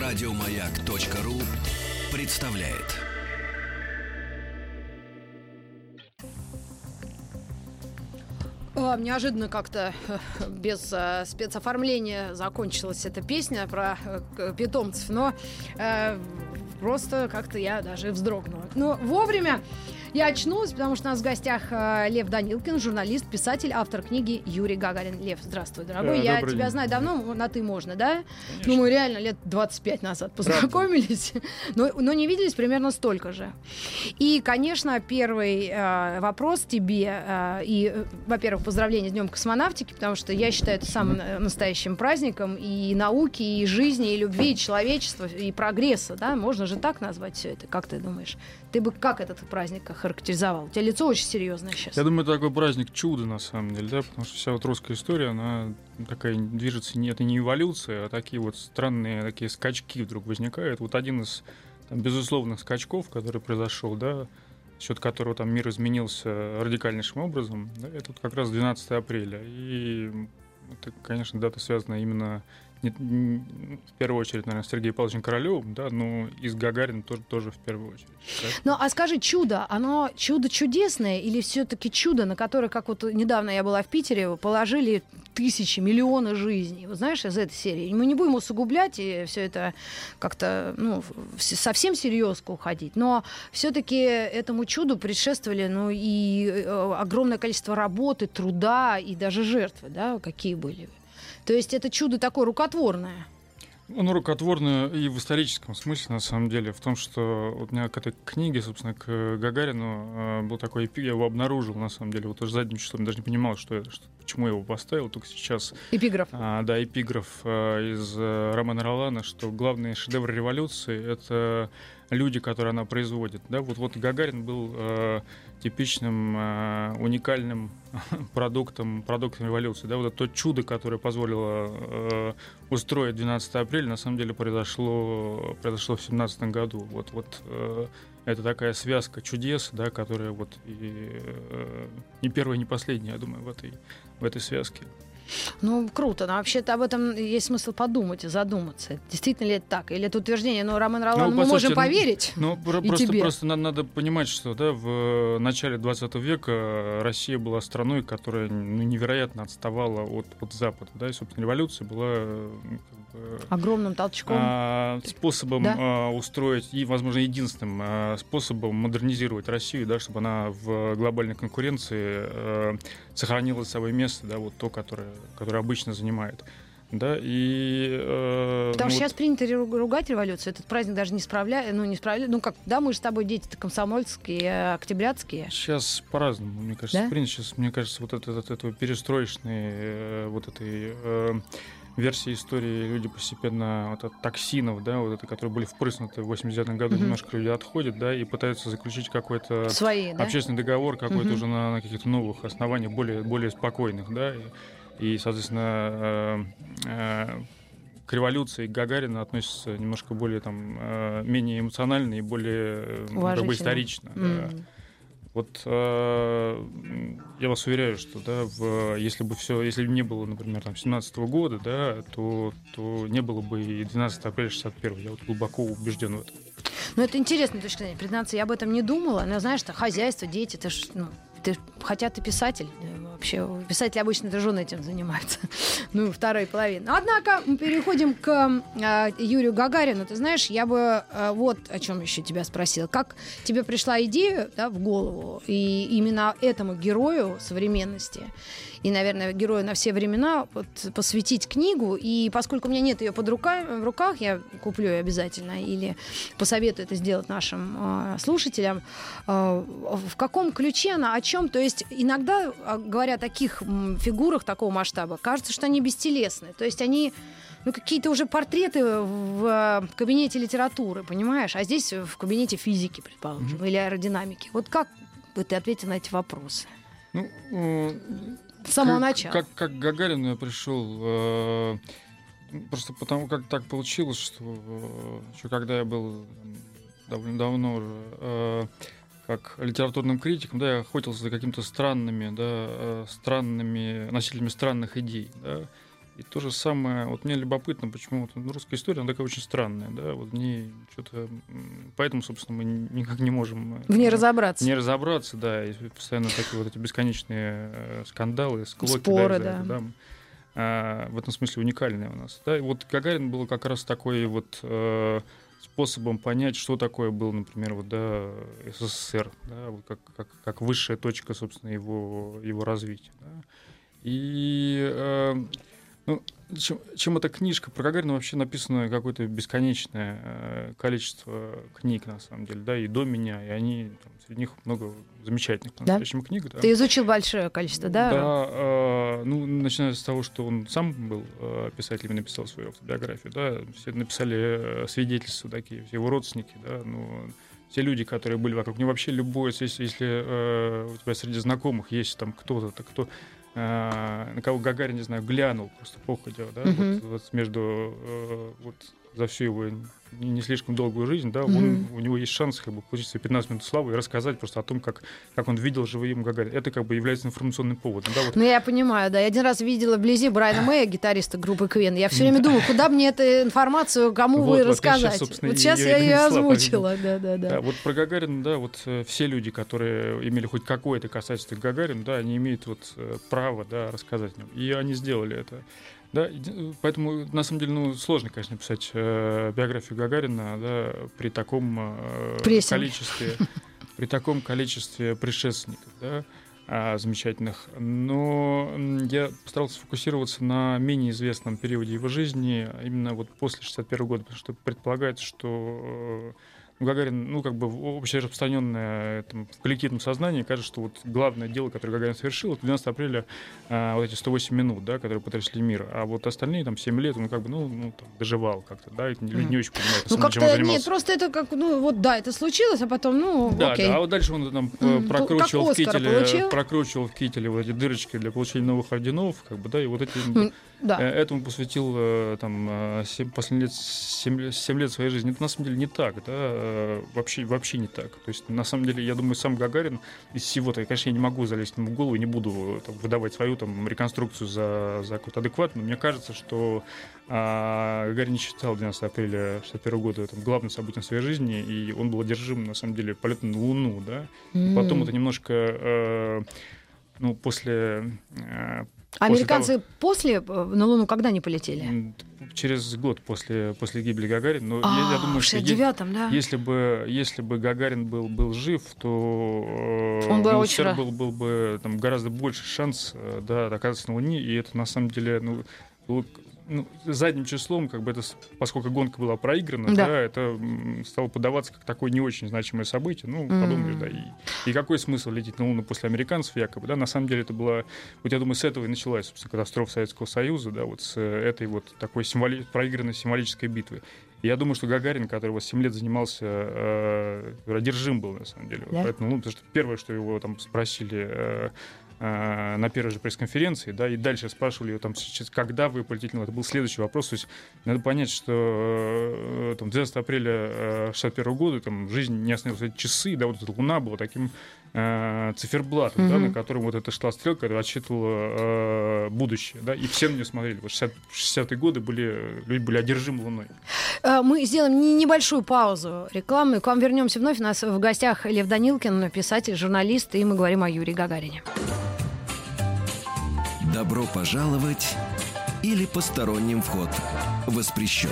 Радиомаяк.ру представляет. Неожиданно как-то без спецоформления закончилась эта песня про питомцев, но просто как-то я даже вздрогнула. Но вовремя я очнулась, потому что у нас в гостях Лев Данилкин, журналист, писатель, автор книги «Юрий Гагарин». Лев, здравствуй, дорогой. Я тебя день. знаю давно, на «ты» можно, да? Конечно. Ну, мы реально лет 25 назад познакомились, но не виделись примерно столько же. И, конечно, первый вопрос тебе. Во-первых, поздравления с Днем космонавтики, потому что я считаю это самым настоящим праздником и науки, и жизни, и любви, и человечества, и прогресса. Да? Можно же так назвать все это. Как ты думаешь? Ты бы как этот праздник охарактеризовал? У тебя лицо очень серьезное сейчас. Я думаю, это такой праздник чуда, на самом деле, да, потому что вся вот русская история, она такая движется, это не эволюция, а такие вот странные такие скачки вдруг возникают. Вот один из безусловных скачков, который произошел, да, за счет которого там мир изменился радикальнейшим образом, да, это вот как раз 12 апреля. И это, конечно, дата связана именно в первую очередь, наверное, с Сергеем Павловичем Королёвым, да, но и с Гагарином тоже в первую очередь. Да? Ну, а скажи, чудо, оно чудо чудесное или все-таки чудо, на которое, как вот недавно я была в Питере, положили тысячи, миллионы жизней? Вот знаешь, из этой серии. Мы не будем усугублять и все это как-то, совсем серьезно уходить, но все-таки этому чуду предшествовали, и огромное количество работы, труда и даже жертвы, да, какие были. То есть это чудо такое рукотворное. Оно рукотворное и в историческом смысле, на самом деле, в том, что вот у меня к этой книге, собственно, к Гагарину был такой эпиграф, я его обнаружил, на самом деле, вот уже задним числом, даже не понимал, почему я его поставил, только сейчас. Эпиграф. Да, эпиграф из романа Ролана, что главный шедевр революции — это люди, которые она производит. Да? Вот Гагарин был типичным, уникальным продуктом революции. Да? Вот это то чудо, которое позволило устроить 12 апреля, на самом деле произошло в 2017 году. Это такая связка чудес, да, которая не первая, не последняя, я думаю, в этой связке. Ну, круто. Но вообще-то об этом есть смысл подумать и задуматься. Действительно ли это так? Или это утверждение, Роман Ролан, мы можем поверить? Просто надо понимать, что в начале 20 века Россия была страной, которая невероятно отставала от Запада. Да, и, собственно, революция была огромным толчком. Способом устроить, и, возможно, единственным способом модернизировать Россию, да, чтобы она в глобальной конкуренции сохранила свое место, да, то, которое обычно занимает. Да, потому что сейчас принято ругать революцию. Этот праздник даже не справляет. Мы же с тобой дети-то комсомольские, октябрятские. Сейчас по-разному, мне кажется, да? принято. Сейчас, мне кажется, этого перестроечной этой версии истории люди постепенно от токсинов, да, которые были впрыснуты в 89-м году, немножко люди отходят, да, и пытаются заключить какой-то общественный договор, какой-то уже на каких-то новых основаниях, более спокойных, да, и соответственно, к революции Гагарина относятся немножко более менее эмоционально и более исторично. Да. Я вас уверяю, что если бы не было, например, 17-го года, да, то не было бы и 12 апреля 61-го. Я глубоко убежден в этом. Это интересная точка зрения. Признаться, я об этом не думала. Но знаешь, хозяйство, дети, хотя ты писатель. Вообще, писатели обычно жены этим занимаются. Второй половины. Однако, мы переходим к Юрию Гагарину. Ты знаешь, я бы вот о чем еще тебя спросила. Как тебе пришла идея, да, в голову, и именно этому герою современности, и, наверное, герою на все времена, посвятить книгу. И поскольку у меня нет ее в руках, я куплю ее обязательно или посоветую это сделать нашим слушателям. В каком ключе она, о чем? То есть иногда, говоря о таких фигурах такого масштаба, кажется, что они бестелесны. То есть они какие-то уже портреты в кабинете литературы, понимаешь? А здесь в кабинете физики, предположим, или аэродинамики. Вот как бы ты ответил на эти вопросы? С самого начала. Как к Гагарину я пришел, просто потому как так получилось, что еще когда я был довольно давно уже как литературным критиком, да, я охотился за какими-то странными носителями странных идей, да. И то же самое, вот мне любопытно, почему русская история, она такая очень странная, да, вот в ней что-то, поэтому, собственно, мы никак не можем в ней разобраться. Не разобраться, да, и постоянно такие вот эти бесконечные скандалы, склоки, споры, да, да. В этом смысле уникальные у нас. Да, и вот Гагарин был как раз такой вот способом понять, что такое был, например, вот, да, СССР, да, вот как высшая точка, собственно, его развития. Да. И чем эта книжка про Гагарина вообще написано какое-то бесконечное количество книг, на самом деле, да, и до меня, и они, там, среди них много замечательных по-настоящему книг. Да. Ты изучил большое количество, да? Да, начиная с того, что он сам был писателем и написал свою автобиографию, да, все написали свидетельства такие, все его родственники, да, все люди, которые были вокруг него, вообще любой, если у тебя среди знакомых есть там кто-то, на кого Гагарин, не знаю, глянул просто походя, да, вот между за всю его не слишком долгую жизнь, да, у него есть шанс как бы получить свои 15 минут славы и рассказать просто о том, как он видел живым Гагарина. Это как бы является информационным поводом. Да, вот. Ну, я понимаю, да. Я один раз видела вблизи Брайана Мэя, гитариста группы Квин. Я все время думаю, куда мне эту информацию, кому вы рассказать. Вот сейчас я ее озвучила. Да. Вот про Гагарина, да, вот все люди, которые имели хоть какое-то касательство к Гагарину, да, они имеют вот право, да, рассказать о нем. И они сделали это. Да, поэтому, на самом деле, сложно, конечно, писать биографию Гагарина, да, при таком количестве предшественников, да, замечательных. Но я постарался сфокусироваться на менее известном периоде его жизни, именно вот после 1961 года, потому что предполагается, что Гагарин, как бы общераспространенное в коллективном сознании, кажется, что вот главное дело, которое Гагарин совершил, это 12 апреля вот эти 108 минут, да, которые потрясли мир. А вот остальные там 7 лет он как бы, там, доживал как-то, да, и люди не очень понимают, чем он занимался. Нет, просто это как, это случилось, а потом, да, окей. Да, а вот дальше он там прокручивал в кителе вот эти дырочки для получения новых орденов, как бы, да, и вот эти... Да. Этому посвятил там 7 лет своей жизни. Это на самом деле не так, да, вообще не так. То есть, на самом деле, я думаю, сам Гагарин из всего-то, конечно, я не могу залезть ему в голову, не буду выдавать свою там реконструкцию за какую-то адекватную. Мне кажется, что Гагарин не считал 12 апреля 1961 года главным событием своей жизни, и он был одержим, на самом деле, полетом на Луну, да. Потом это немножко, после... Американцы после на Луну когда не полетели? Через год после гибели Гагарина. Но я думаю, что если бы Гагарин был жив, то у СССР был бы там гораздо больше шанс, да, оказаться на Луне. И это на самом деле задним числом, как бы это, поскольку гонка была проиграна, да, это стало подаваться как такое не очень значимое событие. Подумаешь, да, и какой смысл лететь на Луну после американцев, якобы, да, на самом деле это была, вот я думаю, с этого и началась, собственно, катастрофа Советского Союза, да, вот с этой вот такой проигранной символической битвы. И я думаю, что Гагарин, который 7 лет занимался, одержим был, на самом деле. Да? Поэтому, потому что первое, что его там спросили на первой же пресс-конференции, да, и дальше спрашивали его, когда вы полетите, это был следующий вопрос. То есть надо понять, что 12 апреля 1961 года жизнь не остановилась, эти часы, да, вот эта Луна была таким циферблатом, да, на котором вот эта шла стрелка, которая отсчитывала будущее, да, и все на нее смотрели. Вот 60-е годы люди были одержимы Луной. Мы сделаем небольшую паузу рекламную, к вам вернемся вновь. У нас в гостях Лев Данилкин, писатель, журналист, и мы говорим о Юрии Гагарине. Добро пожаловать или посторонним вход воспрещен.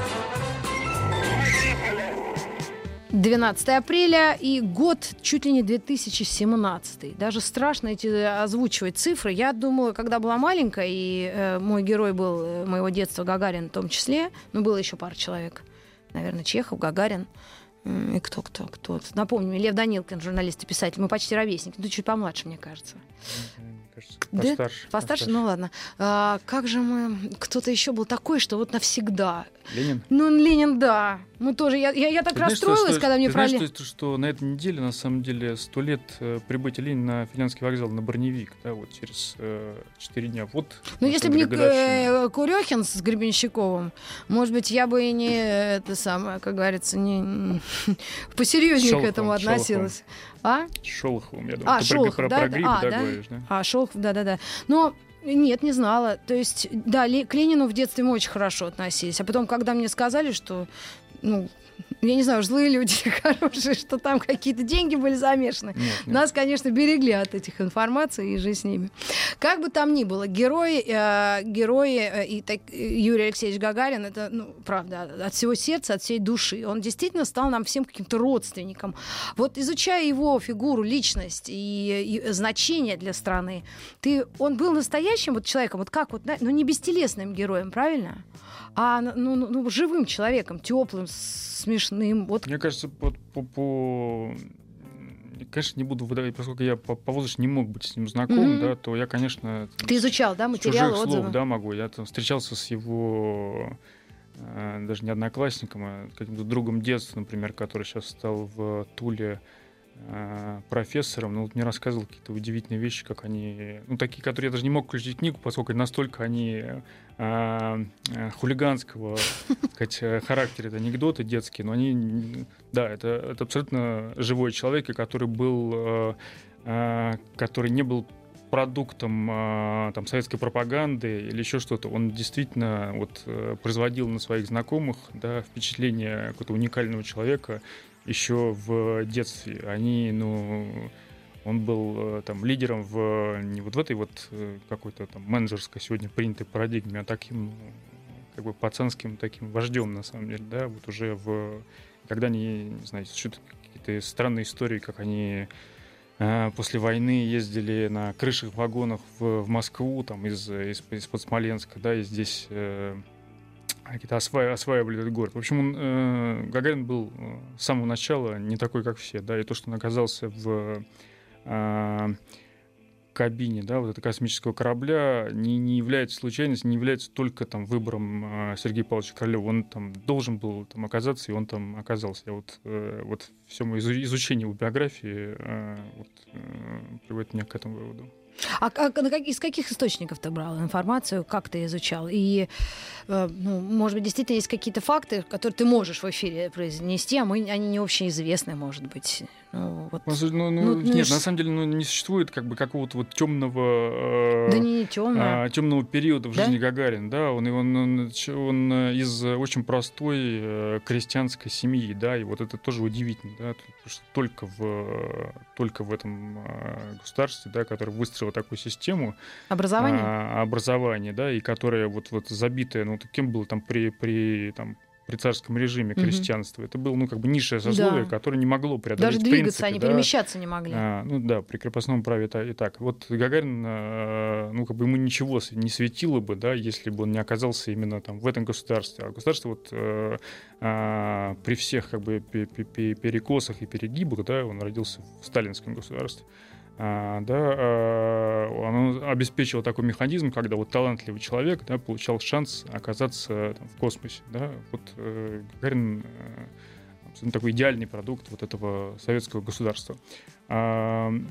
12 апреля и год чуть ли не 2017. Даже страшно озвучивать цифры. Я думала, когда была маленькая, и мой герой был моего детства Гагарин в том числе, было еще пара человек. Наверное, Чехов, Гагарин. И кто? Напомню мне, Лев Данилкин, журналист и писатель. Мы почти ровесники. Чуть помладше, мне кажется. Постарше? Ну ладно. Как же мы... Кто-то еще был такой, что вот навсегда. Ленин? Ленин, да. Мы тоже... Я так расстроилась, когда мне про Ленина... что на этой неделе, на самом деле, 100 лет прибытия Ленина на Финляндский вокзал на Броневик, да, вот через 4 дня. Вот. Если бы не Курехин с Гребенщиковым, может быть, я бы и не как говорится, не посерьезнее к этому относилась. Шолоховым, я думаю. Шолохов, про гриб, говоришь, да? Шолохов, да. Но Нет, не знала. То есть, да, к Ленину в детстве мы очень хорошо относились. А потом, когда мне сказали, что, я не знаю, злые люди хорошие, что там какие-то деньги были замешаны. Нет. Нас, конечно, берегли от этих информаций и жили с ними. Как бы там ни было, герои Юрий Алексеевич Гагарин, это, правда, от всего сердца, от всей души. Он действительно стал нам всем каким-то родственником. Вот изучая его фигуру, личность и значение для страны, он был настоящим человеком, не бестелесным героем, правильно? А живым человеком, теплым, смешным. Мне кажется, конечно, не буду выдавать, поскольку я по возрасту не мог быть с ним знаком, да, то я, конечно... Ты изучал, да, материалы, отзывы? Слов, да, могу. Я там встречался с его даже не одноклассником, а каким-то другом детства, например, который сейчас стал в Туле профессором, мне рассказывал какие-то удивительные вещи, как они, такие, которые я даже не мог включить в книгу, поскольку настолько они хулиганского, так сказать, характера, это анекдоты детские, но они, да, это абсолютно живой человек, и который не был продуктом советской пропаганды или еще что-то. Он действительно производил на своих знакомых, да, впечатление какого-то уникального человека еще в детстве. Он был лидером не в этой какой-то менеджерской сегодня принятой парадигме, а таким пацанским таким вождем, на самом деле, да, уже когда они, не знаю, какие-то странные истории, как они после войны ездили на крышах вагонов в Москву, из-под Смоленска, да, и здесь какие-то осваивали этот город. В общем, Гагарин был с самого начала не такой, как все, да, и то, что он оказался в кабине, да, этого космического корабля, не является случайностью, не является только выбором Сергея Павловича Королёва. Он должен был оказаться, и он там оказался. Все мое изучение его биографии приводит меня к этому выводу. Из каких источников ты брал информацию, как ты изучал? И, может быть, действительно есть какие-то факты, которые ты можешь в эфире произнести, а они не общеизвестны, может быть. Нет, на самом деле не существует какого-то темного, темного периода в жизни Гагарина. Да? Он из очень простой крестьянской семьи, да, и это тоже удивительно, да, потому что только в этом государстве, да, которое выстроило такую систему образования, да, и которая забитая, кем было при царском режиме крестьянства. Это было, низшее сословие, которое не могло преодолеть, даже двигаться, они перемещаться не могли. При крепостном праве и так. Гагарин, ему ничего не светило бы, да, если бы он не оказался именно в этом государстве. А государство при всех перекосах и перегибах, да, он родился в сталинском государстве. Оно обеспечило такой механизм, когда талантливый человек, да, получал шанс оказаться в космосе. Да. Гагарин абсолютно такой идеальный продукт этого советского государства. Он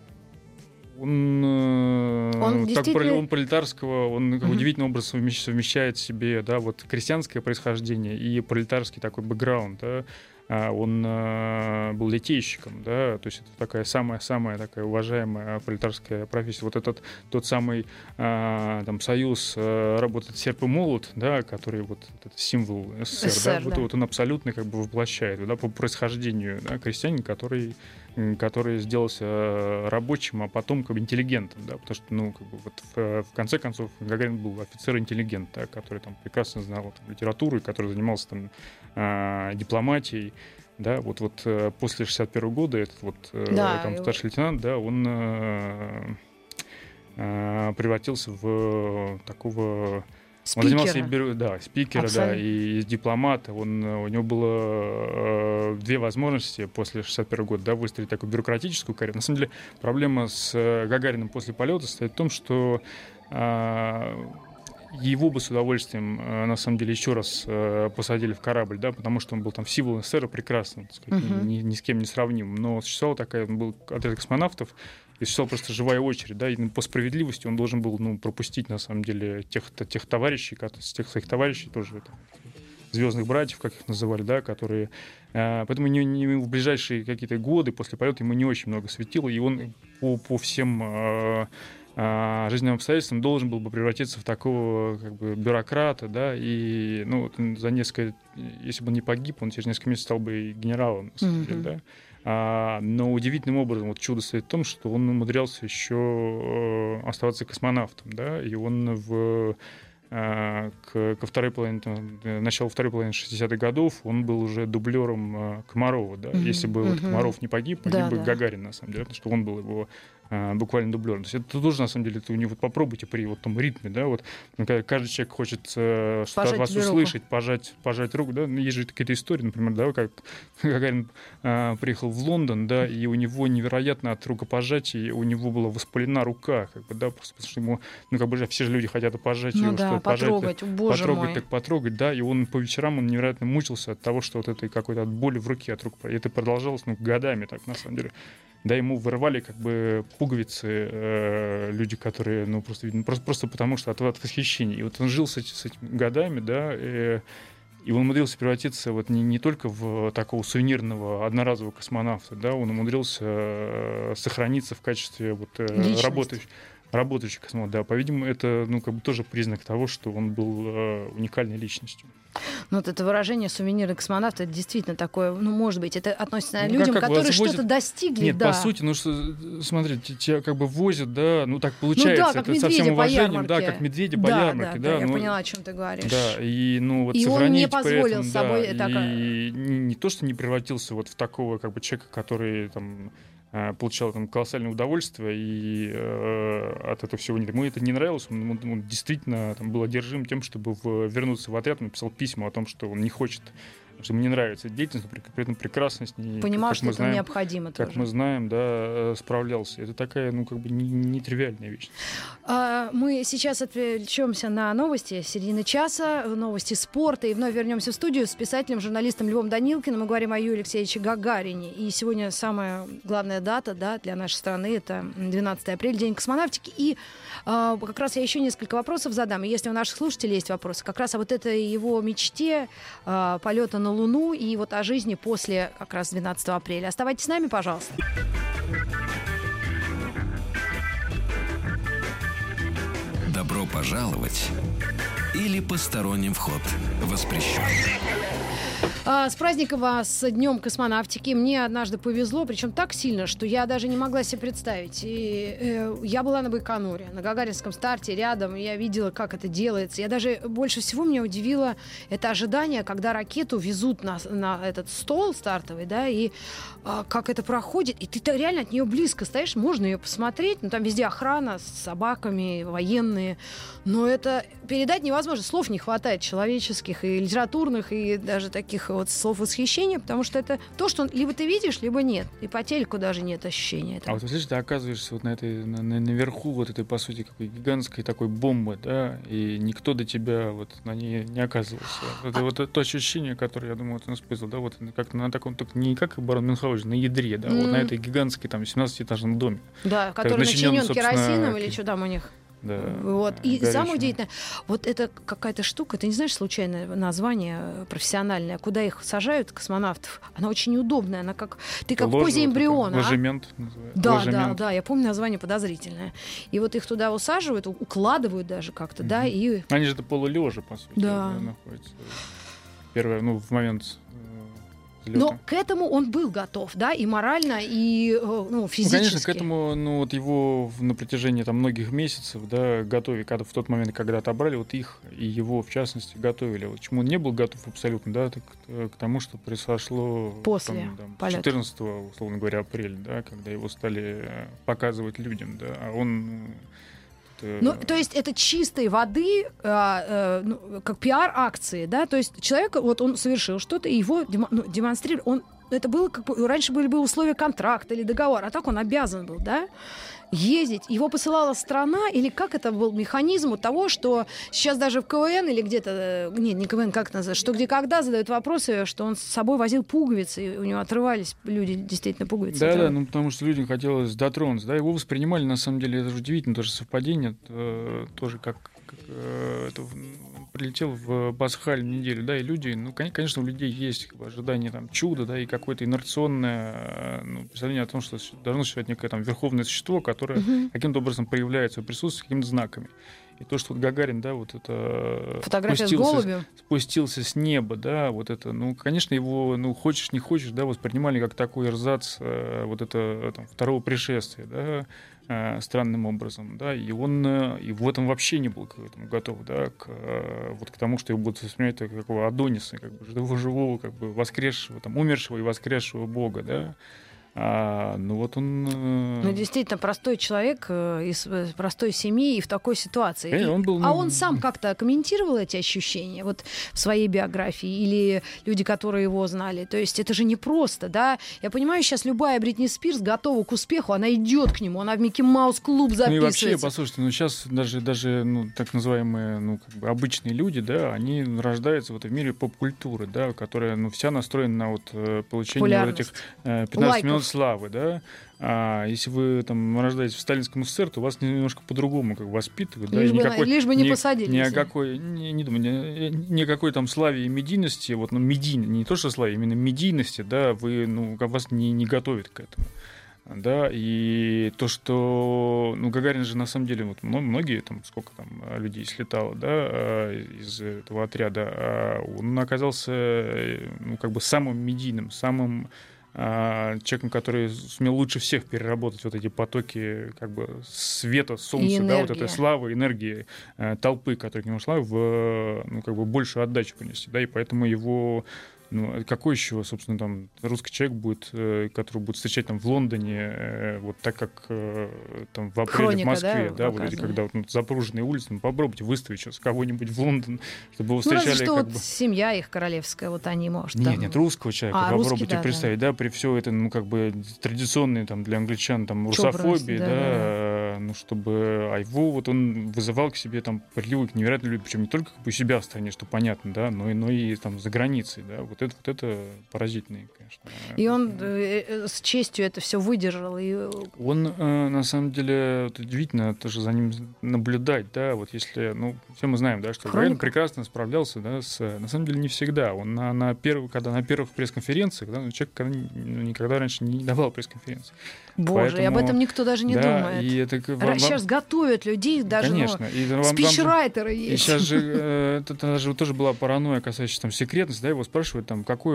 пролетарского, он удивительным образом совмещает в себе, да, крестьянское происхождение и пролетарский такой бэкграунд, да. Он был литейщиком, да, то есть это такая самая такая уважаемая пролетарская профессия. Тот самый союз работает серп и молот, да, который этот символ СССР, да, он абсолютно воплощает, да, по происхождению, да, крестьянин, который сделался рабочим, а потом интеллигентом, да, потому что в конце концов Гагарин был офицер-интеллигент, да, который прекрасно знал литературу и который занимался дипломатией, да, после 61 года этот старший лейтенант, да, он превратился в такого... Спикера. Он занимался спикера, да, и дипломата. У него было две возможности после 61 года, да, выстроить такую бюрократическую карьеру. На самом деле проблема с Гагарином после полета состоит в том, что его бы с удовольствием, на самом деле, еще раз посадили в корабль, да, потому что он был в символ СССР прекрасно, так сказать, ни с кем не сравним. Но существовала был отряд космонавтов, и существовала просто живая очередь, да, и по справедливости он должен был пропустить, на самом деле, тех товарищей, тех своих товарищей, тоже звездных братьев, как их называли, да, которые... Поэтому в ближайшие какие-то годы после полета ему не очень много светило, и он по всем жизненным обстоятельствам должен был бы превратиться в такого как бы бюрократа, да, и за несколько, если бы он не погиб, он через несколько месяцев стал бы и генералом, на самом деле, да. Но удивительным образом вот чудо состоит в том, что он умудрялся еще оставаться космонавтом, да, и он ко второй половине, началу второй половины 60-х годов он был уже дублером Комарова, да. Если бы вот Комаров не погиб бы Гагарин, на самом деле, потому что он был его буквально дублером. То есть это тоже, на самом деле, это у него, вот попробуйте при вот том ритме, да, вот, когда каждый человек хочет что-то от вас услышать, пожать руку, да, есть же какие-то истории, например, да, как Гагарин приехал в Лондон, да, и у него невероятно от рукопожатий, у него была воспалена рука, как бы, да, просто потому что ему, как бы, все же люди хотят пожать его, что потрогать, потрогать, да, и он по вечерам, он невероятно мучился от того, что вот этой какой-то от боли в руке, от рук, и это продолжалось, годами так, на самом деле. Да, ему вырывали как бы пуговицы люди, которые, просто потому что от восхищения. И вот он жил с этими годами, да, и он умудрился превратиться вот не только в такого сувенирного одноразового космонавта, да, он умудрился сохраниться в качестве вот работающий космонавт. Да, по-видимому, это тоже признак того, что он был уникальной личностью. Вот это выражение «сувенирный космонавт» — это действительно такое, может быть, это относится к людям, которые что-то достигли. Нет, по сути, смотрите, тебя как бы возят, да, так получается, как это со всем уважением, да, как медведя по ярмарке. Да, я поняла, о чем ты говоришь. Да, и вот и сохранить он не позволил при этом, собой и не то, что не превратился вот в такого как бы человека, который там получал там колоссальное удовольствие, и от этого всего ему это не нравилось. Он действительно там был одержим тем, чтобы вернуться в отряд. Он написал письма о том, что он не хочет, что ему не нравится эта деятельность, но при этом прекрасно с ней, понимал, что это необходимо тоже. Как мы знаем, да, справлялся. Это такая, нетривиальная вещь. Мы сейчас отвлечемся на новости середины часа, новости спорта, и вновь вернемся в студию с писателем, журналистом Львом Данилкиным. Мы говорим о Юрии Алексеевиче Гагарине. И сегодня самая главная дата, да, для нашей страны — это 12 апреля, День космонавтики. И как раз я еще несколько вопросов задам. И если у наших слушателей есть вопросы, как раз о вот этой его мечте полета на Луну и вот о жизни после как раз 12 апреля. Оставайтесь с нами, пожалуйста. Добро пожаловать или посторонним вход воспрещен. С праздником вас, с Днем космонавтики. Мне однажды повезло, причем так сильно, что я даже не могла себе представить. И я была на Байконуре, на Гагаринском старте рядом, и я видела, как это делается. Я даже больше всего меня удивило это ожидание, когда ракету везут на этот стол стартовый, да, и как это проходит. И ты реально от нее близко стоишь, можно ее посмотреть, там везде охрана с собаками, военные. Но это передать невозможно. Слов не хватает человеческих и литературных, и даже таких вот слов восхищения, потому что это то, что либо ты видишь, либо нет. И по телеку даже нет ощущения этого. А вот слышишь, ты оказываешься вот наверху вот этой, по сути, какой гигантской такой бомбы, да, и никто до тебя вот на ней не оказывался. Это вот то ощущение, которое, я думаю, он испытывал, да, вот как на таком, только не как барон Мюнхгаузен, на ядре, да, вот на этой гигантской там 17-этажном доме. Да, который начинен керосином или что там у них. Да, вот. И самое удивительное, вот это какая-то штука, ты не знаешь случайное название профессиональное, куда их сажают, космонавтов, она очень удобная, она как ты как в позе эмбриона. Ложемент называется. Да, я помню название подозрительное. И вот их туда усаживают, укладывают даже как-то, да, и... Они же это полулежа, по сути, находятся. Первое, в момент... Но к этому он был готов, да, и морально, и физически. Конечно, к этому, его на протяжении многих месяцев, да, готовили, когда в тот момент, когда отобрали, вот их и его, в частности, готовили. Вот чему он не был готов абсолютно, да, к тому, что произошло после 14, условно говоря, апреля, да, когда его стали показывать людям, да, а он... то есть это чистой воды, как пиар-акции, да, то есть человек, вот он совершил что-то, и его демонстрировали, это было раньше были бы условия контракта или договора, а так он обязан был, да, ездить. Его посылала страна, или как это был механизм того, что сейчас даже в КВН или где-то, не КВН, как это называется, что где когда задают вопросы, что он с собой возил пуговицы, и у него отрывались люди действительно пуговицы. Да, потому что людям хотелось дотронуться, да, его воспринимали, на самом деле, это же удивительно, тоже совпадение, тоже как это прилетел в пасхальную неделю, да, и люди, ну, конечно, у людей есть как бы ожидание там чуда, да, и какое-то инерционное представление о том, что должно существовать некое там верховное существо, которое каким-то образом проявляет свое присутствие какими-то знаками. И то, что вот Гагарин, да, вот это фотография с голубем спустился с неба, да, вот это, ну, конечно, его, ну, хочешь не хочешь, да, воспринимали как такой эрзац вот это там, второго пришествия, да, странным образом, да, и он и в этом вообще не был к этому готов, да, вот к тому, что его будут воспринимать как такого Адониса, как бы живого, как бы воскресшего, там, умершего и воскресшего Бога, да. Ну вот он... Ну, действительно, простой человек из простой семьи и в такой ситуации. Он был, он сам как-то комментировал эти ощущения вот в своей биографии? Или люди, которые его знали? То есть это же непросто, да? Я понимаю, сейчас любая Бритни Спирс готова к успеху, она идет к нему, она в Микки Маус клуб записывается. Ну и вообще, послушайте, ну сейчас даже так называемые, ну, как бы обычные люди, да, они рождаются в этом мире поп-культуры, да, которая, ну, вся настроена на вот получение вот этих 15 минут славы, да. Если вы там рождаетесь в сталинском СССР, то вас немножко по-другому как воспитывают. Лишь бы не посадили. Никакой там славе и медийности, вот, ну, не то, что славе, именно медийности, да, вас не готовят к этому. Да, и то, что, ну, Гагарин же на самом деле, вот многие, там, сколько там людей слетало, да, из этого отряда, он оказался, ну, как бы самым медийным, самым человеком, который сумел лучше всех переработать вот эти потоки как бы света, солнца, да, вот этой славы, энергии толпы, которая к нему шла, ну, как бы большую отдачу принести, да, и поэтому его... Ну, какой еще, собственно, там русский человек будет, который будет встречать там в Лондоне, вот так как там в апреле Хроника, в Москве, да, вот эти, когда вот, запруженные улицы, ну, попробуйте выставить сейчас кого-нибудь в Лондон, чтобы его встречали. Разве что как вот бы... семья их королевская, вот они, может, Нет, русского человека попробуйте да, представить, да, при все это, ну, как бы традиционные там для англичан там русофобии, да, ну, чтобы, его вот он вызывал к себе там приливы невероятно люди, причем не только как бы у себя в стране, что понятно, да, но и там за границей, да, вот это поразительно, конечно. И он с честью это все выдержал. И... Он, на самом деле, вот, удивительно тоже за ним наблюдать, да, вот если, ну, все мы знаем, да, что Гагарин прекрасно справлялся, да, на самом деле не всегда. Он когда на первых пресс-конференциях, да, человек никогда раньше не давал пресс-конференции. Боже, и об этом никто даже не думает. И это, сейчас готовят людей, даже, конечно, спичрайтеры есть. И сейчас же это даже тоже была паранойя, касающаяся там секретности, да, его спрашивают, там, какое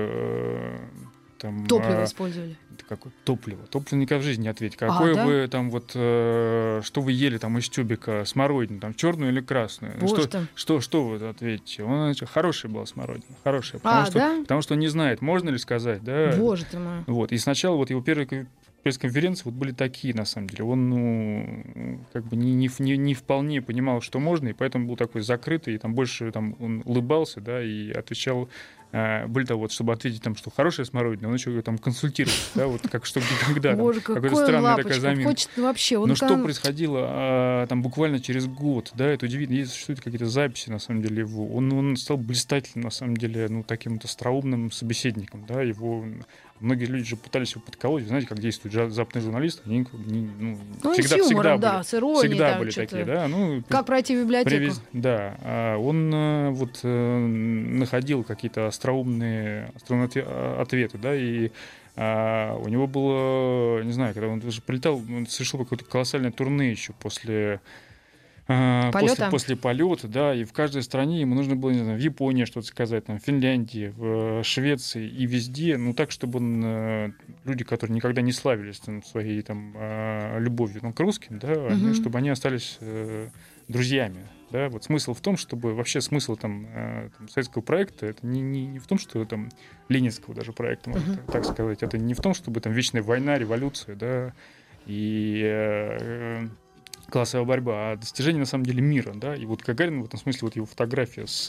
вы там... Топливо использовали. Какое топливо? Топливо никогда в жизни не ответить. Какое вы там вот, что вы ели там из тюбика смородину, там, черную или красную? Что вы ответите? Он, хорошая была смородина, хорошая. Потому что он не знает, можно ли сказать, да. Боже ты мой. Вот. И сначала вот его первые пресс-конференции вот были такие, на самом деле. Он, ну, как бы не вполне понимал, что можно, и поэтому был такой закрытый, и там больше там, он улыбался, да, и отвечал. Более того, вот, чтобы ответить, там, что хорошая смородина, он еще там консультировался, да, вот как что где когда. Боже, какая странная такая замена. Хочет вообще. Но что происходило там буквально через год, да, это удивительно. Есть существуют какие-то записи, на самом деле, его. Он стал блистательным, на самом деле, ну, таким вот остроумным собеседником, да, его... Многие люди же пытались его подколоть. Вы знаете, как действуют западные журналисты? Они всегда были такие. Да? Ну, как пройти в библиотеку? Да. Он вот находил какие-то остроумные ответы. Да? И у него было, не знаю, когда он уже прилетал, он совершил какое-то колоссальное турне еще после полета, да, и в каждой стране ему нужно было, не знаю, в Японии что-то сказать, там, в Финляндии, в Швеции и везде, ну, так, чтобы люди, которые никогда не славились там, своей там, любовью к русским, да, чтобы они остались друзьями. Да? Вот смысл в том, чтобы вообще смысл там, советского проекта, это не в том, что там ленинского даже проекта, можно так сказать, это не в том, чтобы там вечная война, революция, да, и классовая борьба, а достижение, на самом деле, мира, да, и вот Гагарин в этом смысле, вот его фотография с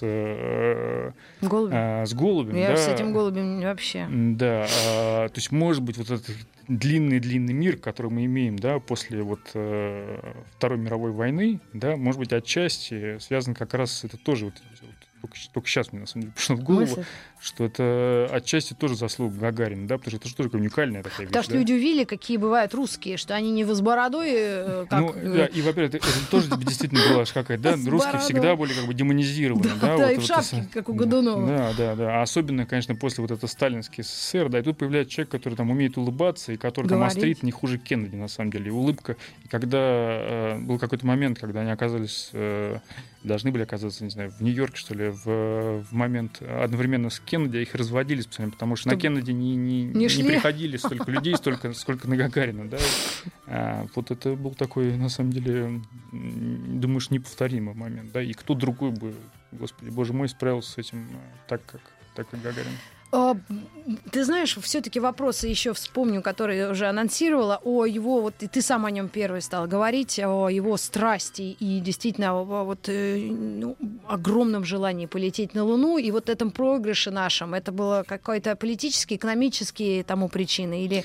голубем. Я с этим голубем вообще. Да, то есть, может быть, вот этот длинный мир, который мы имеем, да, после вот Второй мировой войны, да, может быть, отчасти связан как раз, это тоже вот только сейчас мне, на самом деле, пришло в голову, Мысль. что это отчасти тоже заслуга Гагарина, да, потому что это же тоже уникальная такая вещь. Потому что да? люди увидели, какие бывают русские, что они не с бородой, как... Ну, да, и, во-первых, это тоже действительно была какая-то, да, С русские бородой. всегда были как бы демонизированы, да, Да, вот и в шапке, это, как у Годунова. Да. А особенно, конечно, после вот этого сталинский СССР, да, и тут появляется человек, который там умеет улыбаться, и который там Говорить. острит не хуже Кеннеди, на самом деле. И улыбка, и когда был какой-то момент, когда они оказались, должны были оказаться, не знаю, в Нью-Йорке, что ли, в момент одновременно с Кеннеди, их разводили специально, потому что на Кеннеди не шли. приходили столько людей, сколько на Гагарина, да. Вот это был такой, на самом деле, думаешь, неповторимый момент, да, и кто другой бы, господи, боже мой, справился с этим так, как Гагарин. Ты знаешь, все-таки вопросы еще вспомню, которые уже анонсировала, о его, вот и ты сам о нем первый стал говорить, о его страсти и действительно вот огромном желании полететь на Луну, и вот этом проигрыше нашем, это было какой-то политический, экономический тому причины, или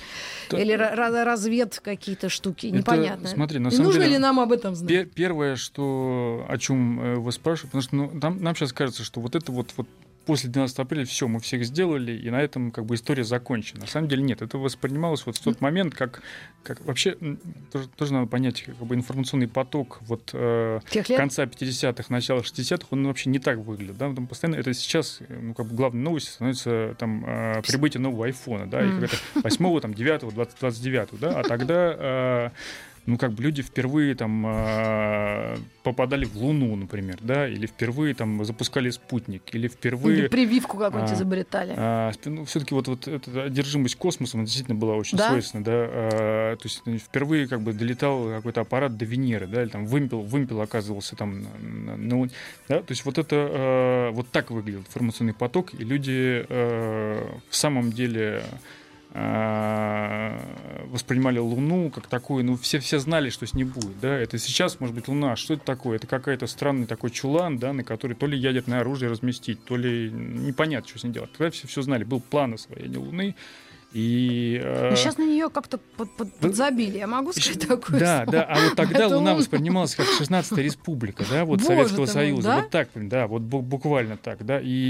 развед какие-то штуки, непонятно. Смотри, на и самом нужно деле, ли нам об этом знать? Первое, о чем вы спрашиваете, потому что нам сейчас кажется, что вот это вот после 12 апреля все, мы всех сделали, и на этом как бы история закончена. На самом деле нет, это воспринималось вот в тот момент, как вообще тоже надо понять, как бы информационный поток вот конца 50-х, начала 60-х, он вообще не так выглядит, да, там постоянно это сейчас, как бы главной новостью становится там прибытие нового айфона, да, и как это 8-го, там 9-го, 29-го, да, а тогда как бы люди впервые там попадали в Луну, например, да, или впервые там запускали спутник, или впервые... Или прививку какую-нибудь изобретали. Все-таки вот эта одержимость космосом действительно была очень свойственна, да. То есть впервые как бы долетал какой-то аппарат до Венеры, да, или там вымпел оказывался там на Луне. Да? То есть вот это вот так выглядел информационный поток, и люди в самом деле... воспринимали Луну как такую, все знали, что с ней будет, да, это сейчас, может быть, Луна, что это такое? Это какой-то странный такой чулан, да, на который то ли ядерное оружие разместить, то ли непонятно, что с ней делать. Тогда все знали, был план освоения Луны, и... сейчас на нее как-то подзабили, я могу сказать такое Да, слово? А вот тогда Луна воспринималась как 16-я республика, да, вот Советского Союза, да? Вот так, да, вот буквально так, да, и...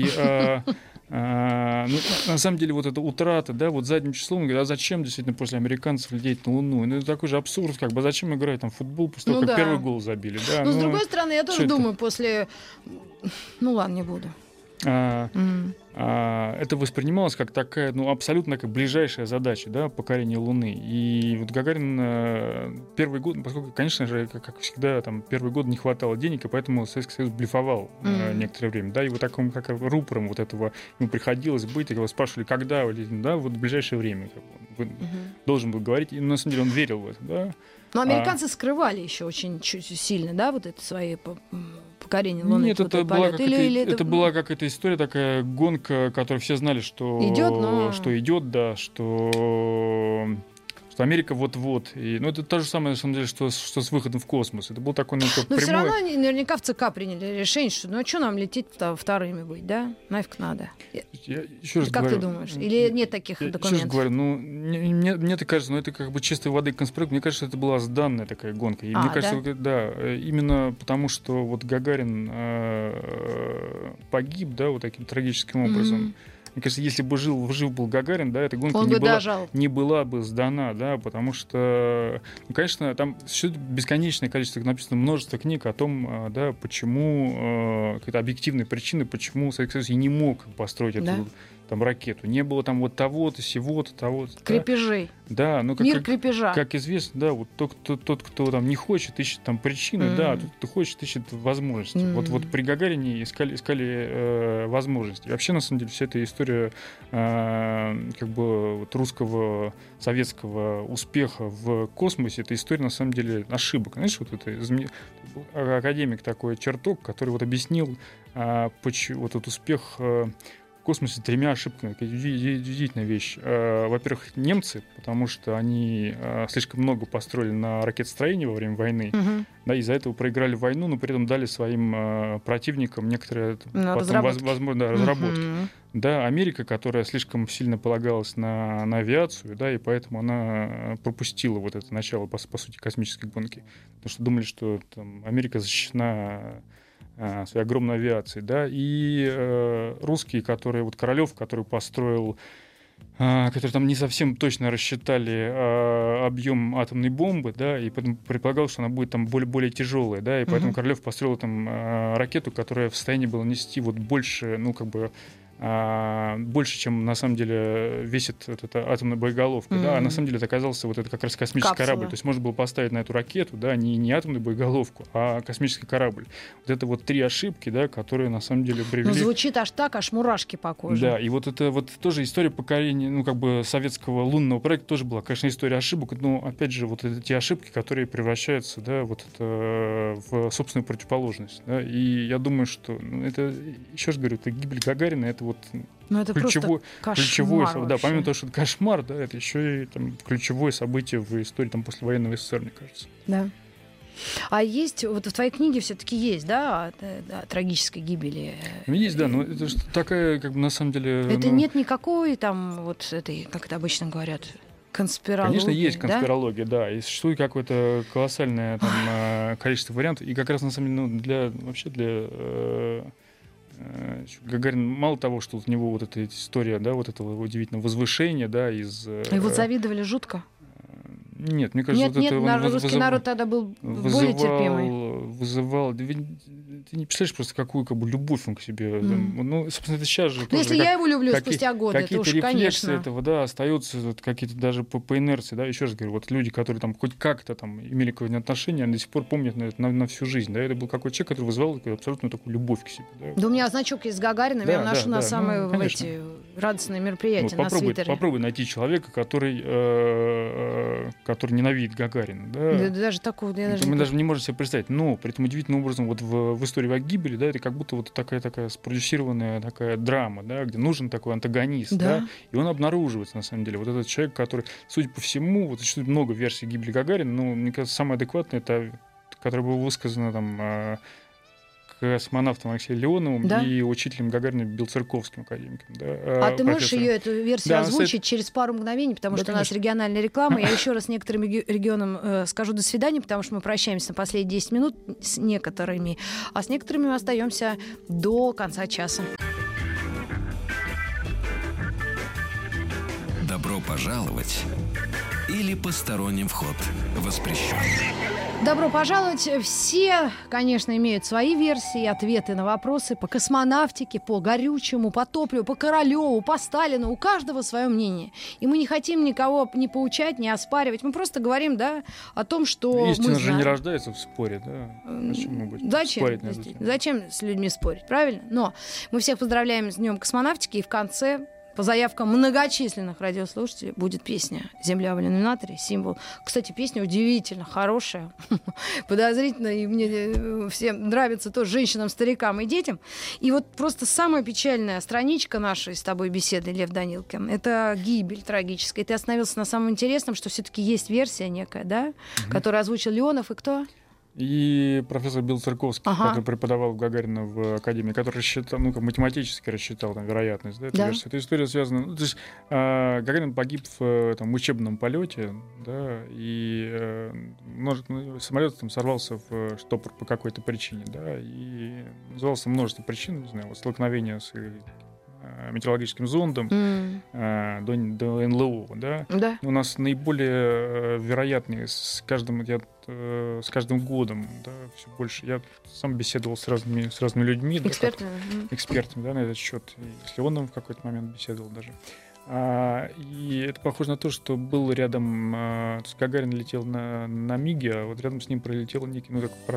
на самом деле вот эта утрата, да, вот задним числом, говорят, а зачем действительно после американцев лететь на Луну? Это такой же абсурд, как бы, зачем играть там в футбол после того, как первый гол забили, да? Но с другой стороны, я тоже думаю, после... ладно, не буду. Это воспринималось как такая, абсолютно как ближайшая задача, да, покорения Луны. И вот Гагарин первый год, поскольку, конечно же, как всегда, там первый год не хватало денег, и поэтому Советский Союз блефовал некоторое время, да, и вот таким как рупором вот этого ему приходилось быть, и его спрашивали, когда, да, вот в ближайшее время должен был говорить, и на самом деле он верил в это, да. Но американцы скрывали еще очень сильно, да, вот это свои покорение Луны. Нет, это была какая-то история, такая гонка, которую все знали, что идет, да, что Америка вот-вот. Это то же самое, на самом деле, что с выходом в космос. Это был такой Но прямой... все равно они наверняка в ЦК приняли решение, что что нам лететь вторыми быть, да? Нафиг надо. Я еще раз как говорю, ты думаешь? Или нет таких документов? Еще раз говорю, мне так кажется, это как бы чистой воды конспирация. Мне кажется, это была сданная такая гонка. И мне кажется, именно потому, что вот Гагарин погиб, да, вот таким трагическим образом. Мне кажется, если бы жив был Гагарин, да, эта гонка не была бы сдана, да, потому что, конечно, там существует бесконечное количество, написано множество книг о том, да, почему, какие-то объективные причины, почему Советский Союз и не мог построить эту там ракету. Не было там вот того-то, сего-то, того-то. Крепежей. Да, мир крепежа. Как известно, да, вот тот, кто там не хочет, ищет там причины, да, а тот, кто хочет, ищет возможности. Вот при Гагарине искали возможности. И вообще, на самом деле, вся эта история как бы вот русского, советского успеха в космосе, это история, на самом деле, ошибок. Знаешь, вот это академик такой Черток, который вот объяснил вот этот успех в космосе 3 ошибками. Удивительная вещь. Во-первых, немцы, потому что они слишком много построили на ракетостроении во время войны, да, из-за этого проиграли войну, но при этом дали своим противникам некоторые разработки. Да, Америка, которая слишком сильно полагалась на авиацию, да, и поэтому она пропустила вот это начало, по сути, космической гонки. Потому что думали, что там, Америка защищена своей огромной авиацией, да, и русские, которые, вот Королёв, который построил, которые там не совсем точно рассчитали объем атомной бомбы, да, и поэтому предполагал, что она будет там более тяжелая, да, и поэтому Королёв построил там ракету, которая в состоянии была нести вот больше, ну, как бы, больше, чем на самом деле весит вот эта атомная боеголовка, да, а на самом деле это оказался вот это как раз космический корабль, то есть можно было поставить на эту ракету, да, не атомную боеголовку, а космический корабль. Вот это вот 3 ошибки, да, которые на самом деле привели... Ну, звучит аж так, аж мурашки по коже. Да, и вот это вот тоже история покорения, ну, как бы советского лунного проекта тоже была, конечно, история ошибок, но, опять же, вот это те ошибки, которые превращаются, да, вот это в собственную противоположность, да, и я думаю, что это, еще раз говорю, это гибель Гагарина, это вот это ключевое, да, помимо того, что это кошмар, да, это еще и там ключевое событие в истории там послевоенного СССР, мне кажется. Да. А есть, вот в твоей книге все-таки есть, да, о трагической гибели? Есть, да, но это же такая, как бы, на самом деле... Это нет никакой там, вот этой, как это обычно говорят, конспирологии. Конечно, есть да? конспирология, да, и существует какое-то колоссальное там, количество вариантов, и как раз, на самом деле, для Гагарин, мало того, что у него вот эта история, да, вот этого удивительного возвышения, да, из... Его завидовали жутко? Нет, мне кажется, русский народ тогда был более терпимый. Вызывал... Ты не представляешь просто, какую как бы любовь он к себе... Ну, собственно, это сейчас же... Если я его люблю спустя годы, то уж, конечно. Рефлексы этого, да, остаются какие-то даже по инерции, да, еще раз говорю, вот люди, которые там хоть как-то там имели какое-то отношение, они до сих пор помнят на всю жизнь, да, это был какой-то человек, который вызывал абсолютно такую любовь к себе. Да, у меня значок есть с Гагарином, я ношу на самые эти радостные мероприятия, на свитере. Попробуй найти человека, который ненавидит Гагарина. Да? Даже такого мы даже не можем себе представить. Но при этом удивительным образом вот в истории о гибели, да, это как будто вот такая спродюсированная такая драма, да, где нужен такой антагонист, да, и он обнаруживается на самом деле. Вот этот человек, который, судя по всему, вот существует много версий гибели Гагарина, но мне кажется, самая адекватная, это, которая была высказана там космонавтом Алексеем Леоновым и учителем Гагарина Белцерковским, академиком. Да, ты можешь эту версию озвучить через пару мгновений, потому что у нас региональная реклама. Я еще раз некоторым регионам скажу до свидания, потому что мы прощаемся на последние 10 минут с некоторыми, а с некоторыми мы остаемся до конца часа. Добро пожаловать или посторонним вход воспрещен. Добро пожаловать. Все, конечно, имеют свои версии, ответы на вопросы по космонавтике, по горючему, по топливу, по Королёву, по Сталину. У каждого свое мнение. И мы не хотим никого не поучать, не оспаривать. Мы просто говорим, да, о том, что истина мы же знаем. Не рождается в споре, да? Почему быть? Зачем с людьми спорить, правильно? Но мы всех поздравляем с Днем космонавтики, и в конце, по заявкам многочисленных радиослушателей, будет песня «Земля в иллюминаторе», символ. Кстати, песня удивительно хорошая, подозрительно, и мне всем нравится тоже, женщинам, старикам и детям. И вот просто самая печальная страничка нашей с тобой беседы, Лев Данилкин, это гибель трагическая. И ты остановился на самом интересном, что все-таки есть версия некая, да, которую озвучил Леонов и кто? И профессор Белцерковский, который преподавал в Гагарина в академии, который рассчитал, математически рассчитал там вероятность, да, этой версии. Эта история связана... то есть Гагарин погиб в учебном полете, да, и самолет там сорвался в штопор по какой-то причине, да, и назывался множество причин, не знаю, столкновение с метеорологическим зондом до НЛО, да? Да. У нас наиболее вероятные с каждым годом, да, все больше. Я сам беседовал с разными людьми, экспертами, да, на этот счет. И с Леоновым в какой-то момент беседовал даже. И это похоже на то, что был рядом, Гагарин летел на МиГе, а вот рядом с ним пролетел некий,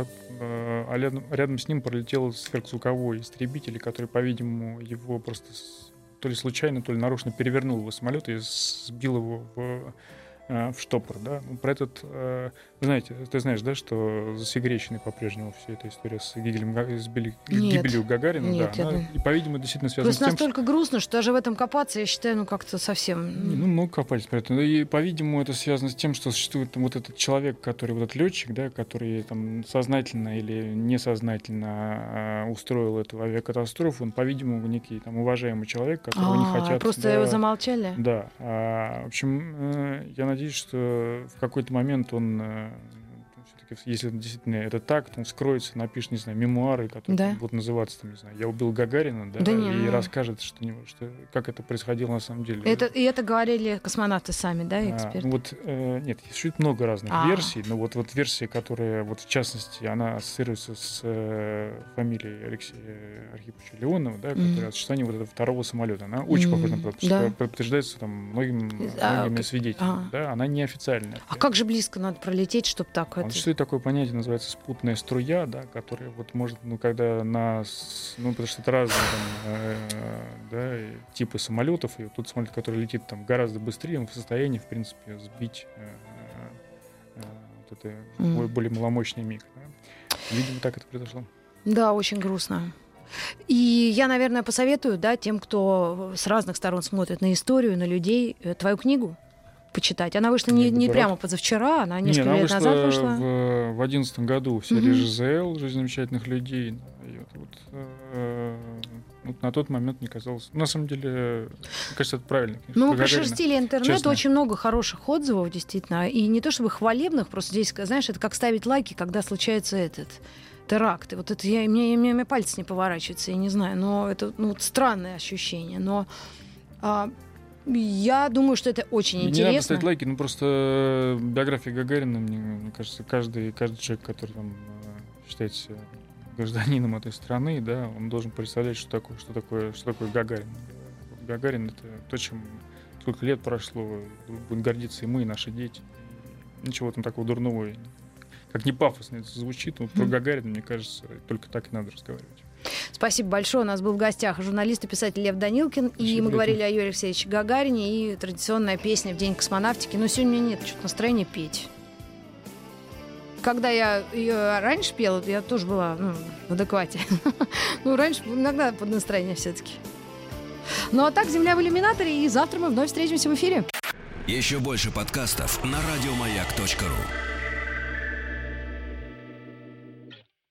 рядом с ним пролетел сверхзвуковой истребитель, который, по-видимому, его просто то ли случайно, то ли нарочно перевернул его самолет и сбил его в штопор, да. Про этот, ты знаешь, да, что засекреченной по-прежнему вся эта история с гибелью Гагарина, нет, и, по-видимому, действительно связана с тем, настолько грустно, что даже в этом копаться, я считаю, как-то совсем... много копались про это. И, по-видимому, это связано с тем, что существует вот этот человек, который, вот этот летчик, да, который там сознательно или несознательно устроил эту авиакатастрофу, он, по-видимому, некий там уважаемый человек, которого не хотят... Просто его замолчали? Да. В общем, я надеюсь, что в какой-то момент он если действительно это так, то он скроется, напишет, не знаю, мемуары, которые будут называться, там, не знаю, «Я убил Гагарина», и расскажет, как это происходило на самом деле. Это говорили космонавты сами, да, эксперты? Нет, существует много разных версий, но вот версия, которая, в частности, она ассоциируется с фамилией Алексея Архиповича Леонова, да, которая от существования вот этого второго самолета. Она очень похожа на правду, что подтверждается там многими свидетелями. Да, она неофициальная. А как же близко надо пролететь, чтобы так это... Существует такое понятие, называется спутная струя, да, которая может, когда потому что это разные типы самолетов, и тут самолет, который летит там гораздо быстрее, он в состоянии, в принципе, сбить это более маломощный миг. Да. Видимо, так это произошло. Да, очень грустно. И я, наверное, посоветую, тем, кто с разных сторон смотрит на историю, на людей, твою книгу почитать. Она вышла не прямо позавчера, она несколько лет назад вышла. В 2011 году в серии ЖЗЛ «Жизнь замечательных людей». На тот момент мне казалось... На самом деле, мне кажется, это правильно. Мы прошерстили интернет, очень много хороших отзывов, действительно. И не то чтобы хвалебных, просто здесь, знаешь, это как ставить лайки, когда случается этот теракт. И вот это мне пальцы не поворачиваются, я не знаю. Но это странное ощущение. Но... я думаю, что это очень интересно. Не надо ставить лайки, просто биография Гагарина, мне кажется, каждый человек, который там считается гражданином этой страны, да, он должен представлять, что такое Гагарин. Гагарин — это то, чем сколько лет прошло, будем гордиться и мы, и наши дети. Ничего там такого дурного, как не пафосно это звучит, но про Гагарина, мне кажется, только так и надо разговаривать. Спасибо большое. У нас был в гостях журналист и писатель Лев Данилкин. И мы говорили о Юрии Алексеевиче Гагарине и традиционная песня в День космонавтики. Но сегодня у меня нет что-то настроения петь. Когда я ее раньше пела, я тоже была в адеквате. Раньше иногда под настроение все-таки. Ну а так, «Земля в иллюминаторе», и завтра мы вновь встретимся в эфире. Еще больше подкастов на радиомаяк.ру.